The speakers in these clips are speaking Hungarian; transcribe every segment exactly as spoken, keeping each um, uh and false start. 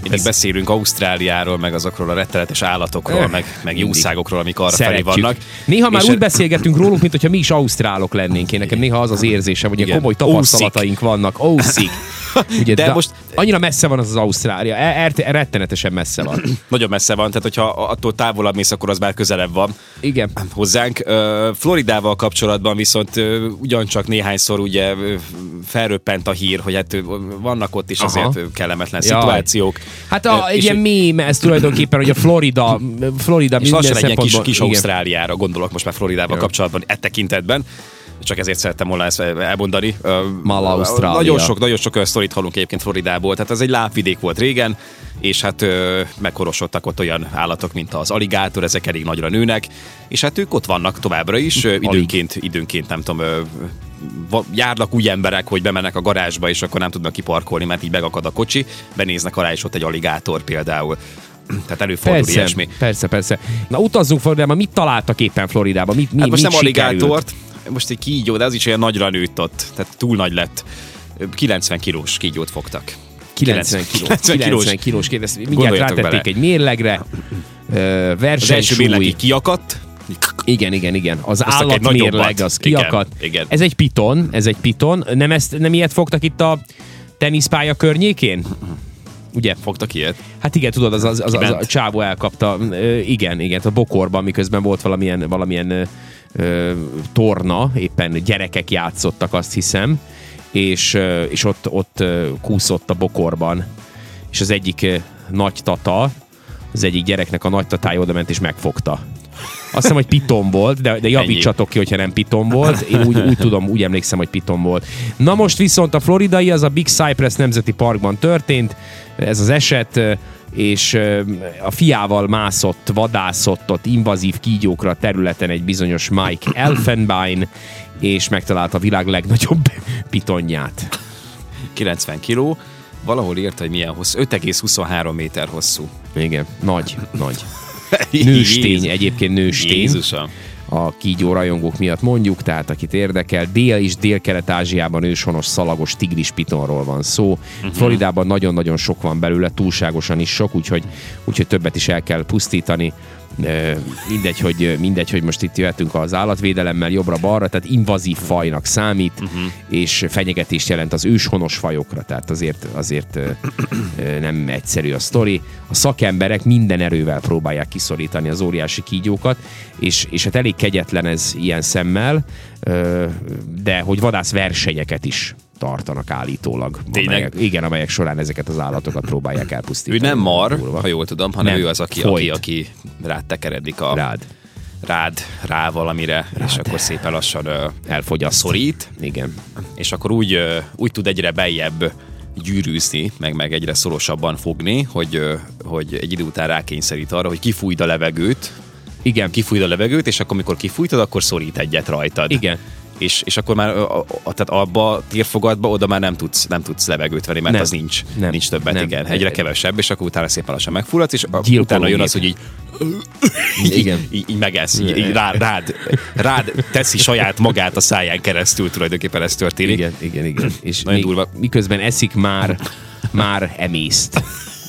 Mindig Ez... beszélünk Ausztráliáról, meg azokról a rettenetes állatokról, meg, meg jószágokról, amik arra felé vannak. Néha már úgy a... beszélgetünk róluk, mint hogyha mi is ausztrálok lennénk. Én nekem néha az az érzésem, hogy komoly tapasztalataink vannak. Ószik. Ugye, de, de most annyira messze van az az Ausztrália. Er, er, rettenetesen messze van. Nagyon messze van, tehát hogyha attól távolabb mész, akkor az már közelebb van. Igen. Hozzánk. Floridával kapcsolatban viszont ugyancsak néhányszor ugye felröppent a hír, hogy hát vannak ott is azért Aha. kellemetlen Jaj. szituációk. Hát a, egy ilyen mém, ez tulajdonképpen, hogy a Florida, Florida és lassan egy ilyen kis, kis Ausztráliára gondolok most már Floridával Jó. kapcsolatban e tekintetben. Csak ezért szerettem volna ezt elmondani. Mala Ausztrália. Nagyon sok, nagyon sok sztorit hallunk egyébként Floridából, tehát ez egy lábvidék volt régen, és hát megkorosodtak ott olyan állatok, mint az aligátor, ezek elég nagyra nőnek, és hát ők ott vannak továbbra is, időnként, időnként nem tudom, járnak úgy emberek, hogy bemennek a garázsba, és akkor nem tudnak kiparkolni, mert így megakad a kocsi, benéznek alá, és ott egy aligátor például. Tehát előfordul persze, ilyesmi. Persze, persze. Na utazzunk Floridában, mit találtak éppen Floridában? Mit, mi, hát most mit nem aligátort, most egy kígyó, de az is olyan nagyra nőtt ott, tehát túl nagy lett. kilencven kilós kígyót fogtak. kilencven kilós. kilencven kilós. Mindjárt rátették bele. Egy mérlegre. Versenysúly. Az első mérleg kiakadt. Igen, igen, igen. Az állatmérleg az kiakadt. Igen, igen. Ez egy piton, ez egy piton. Nem, ezt, nem ilyet fogtak itt a teniszpálya környékén? Ugye? Fogtak ilyet? Hát igen, tudod, az, az, az, az a csávó elkapta. Igen, igen, a bokorban, miközben volt valamilyen, valamilyen ö, torna, éppen gyerekek játszottak, azt hiszem, és, és ott, ott kúszott a bokorban, és az egyik nagy tata, az egyik gyereknek a nagy tatája oda ment és megfogta. Azt hiszem, hogy piton volt, de, de javítsatok ki, hogyha nem piton volt. Én úgy, úgy tudom, úgy emlékszem, hogy piton volt. Na most viszont a floridai, az a Big Cypress Nemzeti Parkban történt, ez az eset, és a fiával mászott, vadászott ott invazív kígyókra a területen egy bizonyos Mike Elfenbein, és megtalálta a világ legnagyobb pitonját. kilencven kiló, valahol írta, hogy milyen hosszú, öt egész huszonhárom méter hosszú. Igen, nagy, nagy. Nőstény, egyébként nőstény. Jézusom. A kígyó rajongók miatt mondjuk, tehát akit érdekel, Dél- és Dél-Kelet-Ázsiában őshonos szalagos tigris pitonról van szó. Uh-huh. Floridában nagyon-nagyon sok van belőle, túlságosan is sok, úgyhogy, úgyhogy többet is el kell pusztítani. Mindegy, hogy, mindegy, hogy most itt jöhetünk az állatvédelemmel jobbra-balra, tehát invazív fajnak számít, uh-huh. és fenyegetést jelent az őshonos fajokra, tehát azért, azért nem egyszerű a sztori. A szakemberek minden erővel próbálják kiszorítani az óriási kígyókat, és, és hát elég kegyetlen ez ilyen szemmel, de hogy vadász versenyeket is tartanak állítólag. Amelyek, igen, amelyek során ezeket az állatokat próbálják elpusztítani. Ő nem mar, durva. Ha jól tudom, hanem nem, ő az, aki, aki, aki rád tekeredik a... Rád. Rád, rá valamire, rád. És akkor szépen lassan elfogyaszt. Szorít. Igen. És akkor úgy, úgy tud egyre beljebb gyűrűzni, meg, meg egyre szorosabban fogni, hogy, hogy egy idő után rákényszerít arra, hogy kifújd a levegőt. Igen. Kifújd a levegőt, és akkor, amikor kifújtad, akkor szorít egyet rajtad. Igen. És, és akkor már a, a, tehát abba a térfogatba oda már nem tudsz, nem tudsz levegőt venni, mert nem, az nincs, nem, nincs többet, nem, igen. Egyre kevesebb, és akkor utána szépen lassan megfulladsz, és Gyilkoló utána jön az, hogy így igen. így, így megesz, így, így rád, rád, rád teszi saját magát a száján keresztül, tulajdonképpen ez történik. Igen, igen, igen. És még, durva. Miközben eszik, már, már emészt.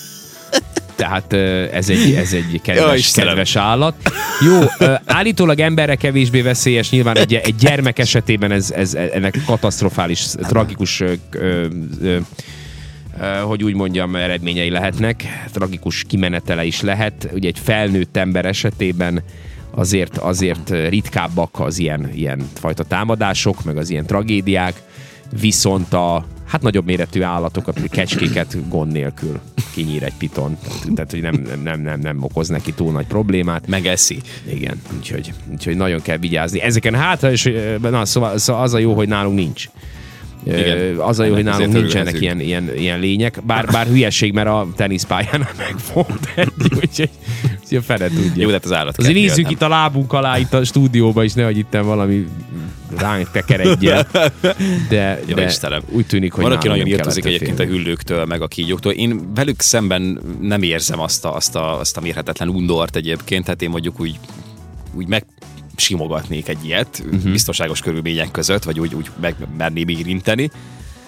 Tehát ez egy, ez egy kedves, ja, kedves állat. Jó, állítólag emberre kevésbé veszélyes, nyilván egy, egy gyermek esetében ez, ez ennek katasztrofális, tragikus, ö, ö, ö, hogy úgy mondjam, eredményei lehetnek, tragikus kimenetele is lehet. Ugye egy felnőtt ember esetében azért, azért ritkábbak az ilyen, ilyen fajta támadások, meg az ilyen tragédiák, viszont a hát nagyobb méretű állatokat, kecskéket gond nélkül kinyír egy piton. Tehát, hogy nem, nem, nem, nem okoz neki túl nagy problémát. Megeszi. Igen, úgyhogy, úgyhogy nagyon kell vigyázni. Ezeken hátra, és na, szóval, szóval az a jó, hogy nálunk nincs. Igen. Az a jó, hogy nálunk nincsenek ilyen, ilyen, ilyen lények. Bár, bár hülyeség, mert a teniszpályán megfogd egy, úgyhogy a fele tudja. Jó, de az állat. Azért nézzük itt a lábunk alá, itt a stúdióban is, nehogy itt valami ránk tekeredjen. De, ja, de úgy tűnik, hogy van, aki nagyon írtozik egyébként a hüllőktől, meg a kígyóktól. Én velük szemben nem érzem azt a, azt a, azt a mérhetetlen undort egyébként, tehát én mondjuk úgy, úgy meg simogatnék egy ilyet, uh-huh. biztonságos körülmények között, vagy úgy, úgy megmerném érinteni.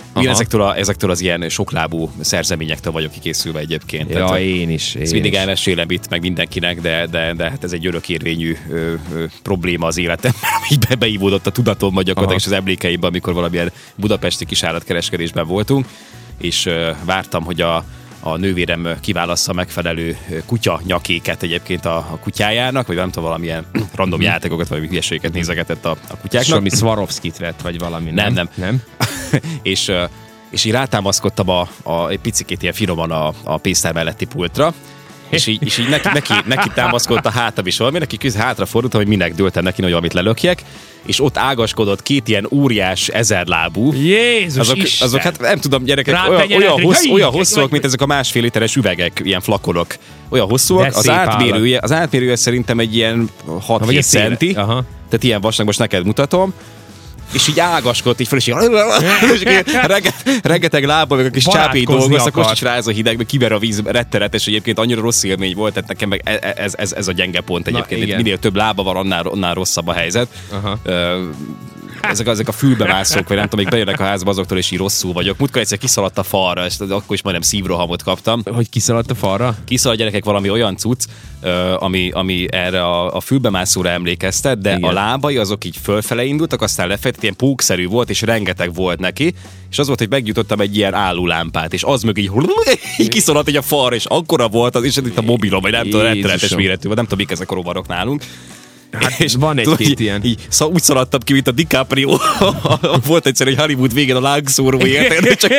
Én ezektől, a, ezektől az ilyen soklábú szerzeményektől vagyok kikészülve egyébként. Ja, Tehát, én is. Én ezt mindig is. elmesélem itt meg mindenkinek, de, de, de hát ez egy örökérvényű ö, ö, probléma az életemben, ami be, beívódott a tudatomba gyakorlatilag, és az emlékeimben, amikor valamilyen budapesti kisállatkereskedésben voltunk, és ö, vártam, hogy a a nővérem kiválassza megfelelő kutya nyakéket egyébként a, a kutyájának, vagy nem tudom, valamilyen random játékokat, vagy hülyeségeket nézegetett a, a kutyáknak. És ami Swarovskit vett, vagy valami, nem? Nem, nem. nem? és, és így rátámaszkodtam a, a, egy picikét ilyen finoman a, a pénztár melletti pultra, és így, és így neki, neki, neki támaszkodott a hátam is valami, neki küzd hátra fordultam, hogy minek dőltem neki, hogy valamit lelökjek, és ott ágaskodott két ilyen óriás ezerlábú. Jézus azok, Isten! azok, hát nem tudom, gyerekek, olyan, olyan, hossz, olyan hosszúak, mint ezek a másfél literes üvegek, ilyen flakonok. Olyan hosszúak, az átmérője, az átmérője szerintem egy ilyen hat-hét centi, aha. Tehát ilyen vasnak, most neked mutatom. És így ágaskodott, így fel, és így rengeteg, rengeteg lába, meg a kis csápéi dolgoztak, most is ráz a hideg, meg kiver a víz, rettenetes, egyébként annyira rossz élmény volt, tehát nekem meg ez, ez, ez a gyenge pont egyébként. Na, minél több lába van, annál, annál rosszabb a helyzet. Aha. Ezek, ezek a fülbemászók, vagy nem tudom, még bejönnek a házba, azoktól és így rosszul vagyok. Múltkor egyszer kiszaladt a falra, és akkor is majdnem szívrohamot kaptam. Hogy kiszaladt a falra? Kiszaladt, gyerekek, valami olyan cucc, ami, ami erre a, a fülbemászóra emlékeztet, de igen. A lábai azok így fölfele indultak, aztán lefejtett, ilyen pókszerű volt, és rengeteg volt neki, és az volt, hogy megjutottam egy ilyen állólámpát, és az mög így, így kiszaladt egy a falra, és akkora volt az, és itt a mobilom, vagy nem tudom, rettenetes méretű, vagy nem tudom, mik ezek a rovarok nálunk. Hát és van egy-két ilyen. Így, szóval úgy szaladtam ki, mint a DiCaprio. Volt egyszer egy Hollywood végén a lángszóróért, csak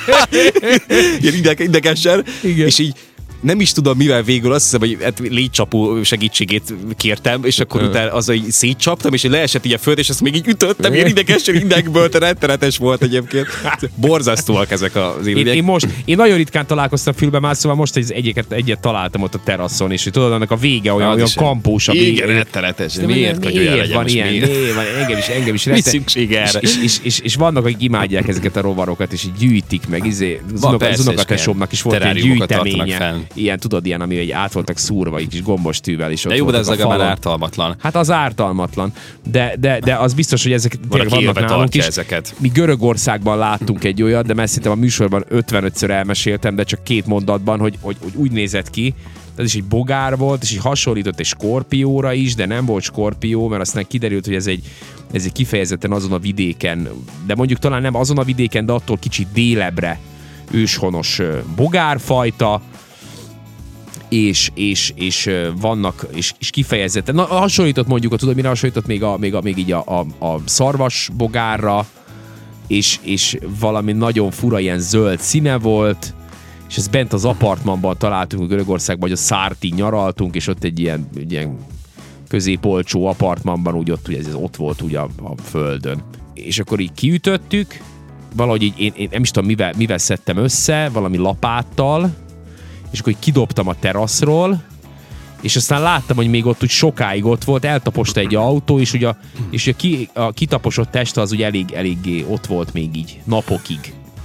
ilyen idegesen, és így nem is tudom, mivel végül, azt hiszem, hogy hát légycsapó segítségét kértem, és akkor uh. utána az, hogy szétcsaptam, és leesett így a föld, és azt még így ütöttem, ilyen idegesen idegből, rettenetes volt egyébként. Borzasztóak ezek az élmények. Én, én most, én nagyon ritkán találkoztam fülbemászóval, most egy, egyet, egyet találtam ott a teraszon, és tudod, annak a vége olyan, olyan kampós. Igen, rettenetes. De miért, hogy olyan legyen van ilyen? Miért van, engem is, engem is rettenetes. Mi szükség erre? És, és, és, és vannak, akik imádják ezeket a rovarokat, és így gyűjtik meg. Izé, az unokatesomnak is volt egy gyűjteménye. Ilyen, tudod, ilyen, ami át voltak szúrva, egy kis gombos tűvel is. De jó, de ez legalább ártalmatlan. Hát az ártalmatlan. De, de, de az biztos, hogy ezek vannak nálunk is. Ezeket. Mi Görögországban láttunk egy olyat, de mert szerintem a műsorban ötvenötször elmeséltem, de csak két mondatban, hogy, hogy, hogy úgy nézett ki, ez is egy bogár volt, és így hasonlított egy skorpióra is, de nem volt skorpió, mert aztán kiderült, hogy ez egy, ez egy kifejezetten azon a vidéken, de mondjuk talán nem azon a vidéken, de attól kicsit délebbre őshonos bogárfajta, és, és, és vannak, és, és kifejezetten, na, hasonlított mondjuk, a, tudod, mire hasonlított még, a, még, a, még így a, a, a szarvasbogárra, és, és valami nagyon fura ilyen zöld színe volt, és ezt bent az apartmanban találtunk Görögországban, hogy a Szárti nyaraltunk, és ott egy ilyen, egy ilyen középolcsó apartmanban, úgy ott, ugye ez ott volt ugye a, a földön. És akkor így kiütöttük, valahogy így, én, én nem is tudom, mivel, mivel szedtem össze, valami lapáttal, és akkor így kidobtam a teraszról, és aztán láttam, hogy még ott úgy sokáig ott volt, eltaposta egy autó, és ugye a, és a, ki, a kitaposott teste az ugye elég, eléggé ott volt még így napokig.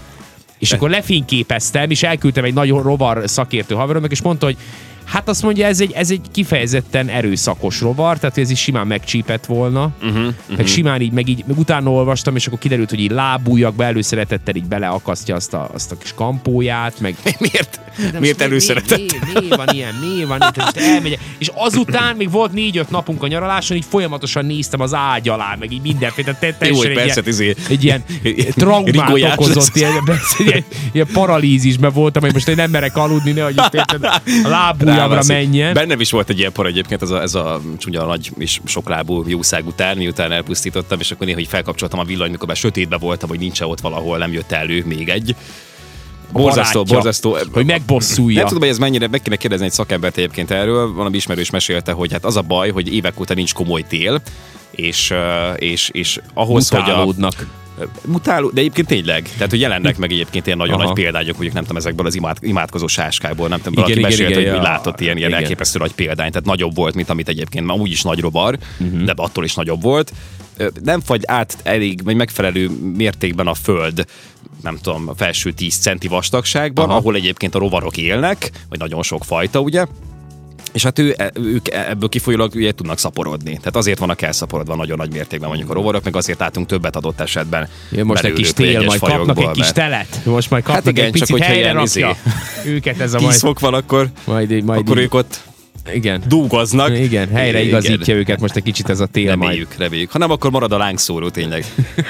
És akkor lefényképeztem, és elküldtem egy nagyon rovar szakértő haveromnak, és mondta, hogy hát azt mondja, ez egy, ez egy kifejezetten erőszakos rovar, tehát ez is simán megcsípett volna. Uh-huh, uh-huh. Meg simán így, meg így, meg utána olvastam, és akkor kiderült, hogy így lábújakba előszeretettel így beleakasztja azt a, azt a kis kampóját, meg... Miért? Miért előszeretettel? Mi, mi, mi van ilyen, mi van itt, és azután még volt négy-öt napunk a nyaraláson, így folyamatosan néztem az ágy alá, meg így mindenféle, teljesen egy, ilyen, egy ilyen traumát okozott, ilyen, ilyen, ilyen paralízisben voltam, hogy most én nem merek aludni, nehogy a lábújamra menjen. Bennem is volt egy ilyen para egyébként, ez a, ez a csúnya nagy és soklábú jószág után, miután elpusztítottam, és akkor néha így felkapcsoltam a villany, mikor már sötétben voltam, hogy nincs ott valahol, nem jött elő még egy. Borzasztó, borzasztó. Hogy megbosszulja. Nem tudom, hogy ez mennyire, meg kéne kérdezni egy szakembert egyébként erről. Valami ismerős mesélte, hogy hát az a baj, hogy évek óta nincs komoly tél, és, és, és ahhoz, mutálódnak. hogy a... Mutáló, de egyébként tényleg. Tehát, hogy jelennek meg egyébként ilyen nagyon Aha. nagy példányok, mondjuk nem tudom, ezekből az imád, imádkozó sáskából, nem tudom, valaki igen, mesélt, igen, hogy, ja. hogy látott ilyen, ilyen elképesztő nagy példány, tehát nagyobb volt, mint amit egyébként már úgyis nagy rovar, uh-huh. de attól is nagyobb volt. Nem fagy át elég, vagy megfelelő mértékben a föld, nem tudom, a felső tíz centi vastagságban, Aha. ahol egyébként a rovarok élnek, vagy nagyon sok fajta, ugye? És hát ő, ők ebből kifolyólag ugye tudnak szaporodni. Tehát azért vannak elszaporodva nagyon nagy mértékben mondjuk a rovarok, meg azért látunk többet adott esetben. Ja, most egy kis tél, majd kapnak egy kis telet. Most majd kapnak hát igen, egy picit csak helyre rakja őket ez a majd... Tízfok van, akkor, majd, majd akkor ők ott igen. dúgoznak. Igen, helyre igazítja igen. őket most egy kicsit ez a tél reméljük, majd. Reméljük, ha nem, akkor marad a lángszóró tényleg.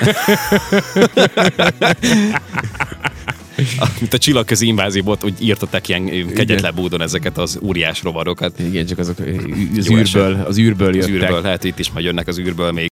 Mint a csillagközi invázióból, hogy írtották ilyen kegyetlen módon ezeket az óriás rovarokat. Igen, csak azok az űrből, az űrből jöttek. Az űrből, lehet itt is majd jönnek az űrből még.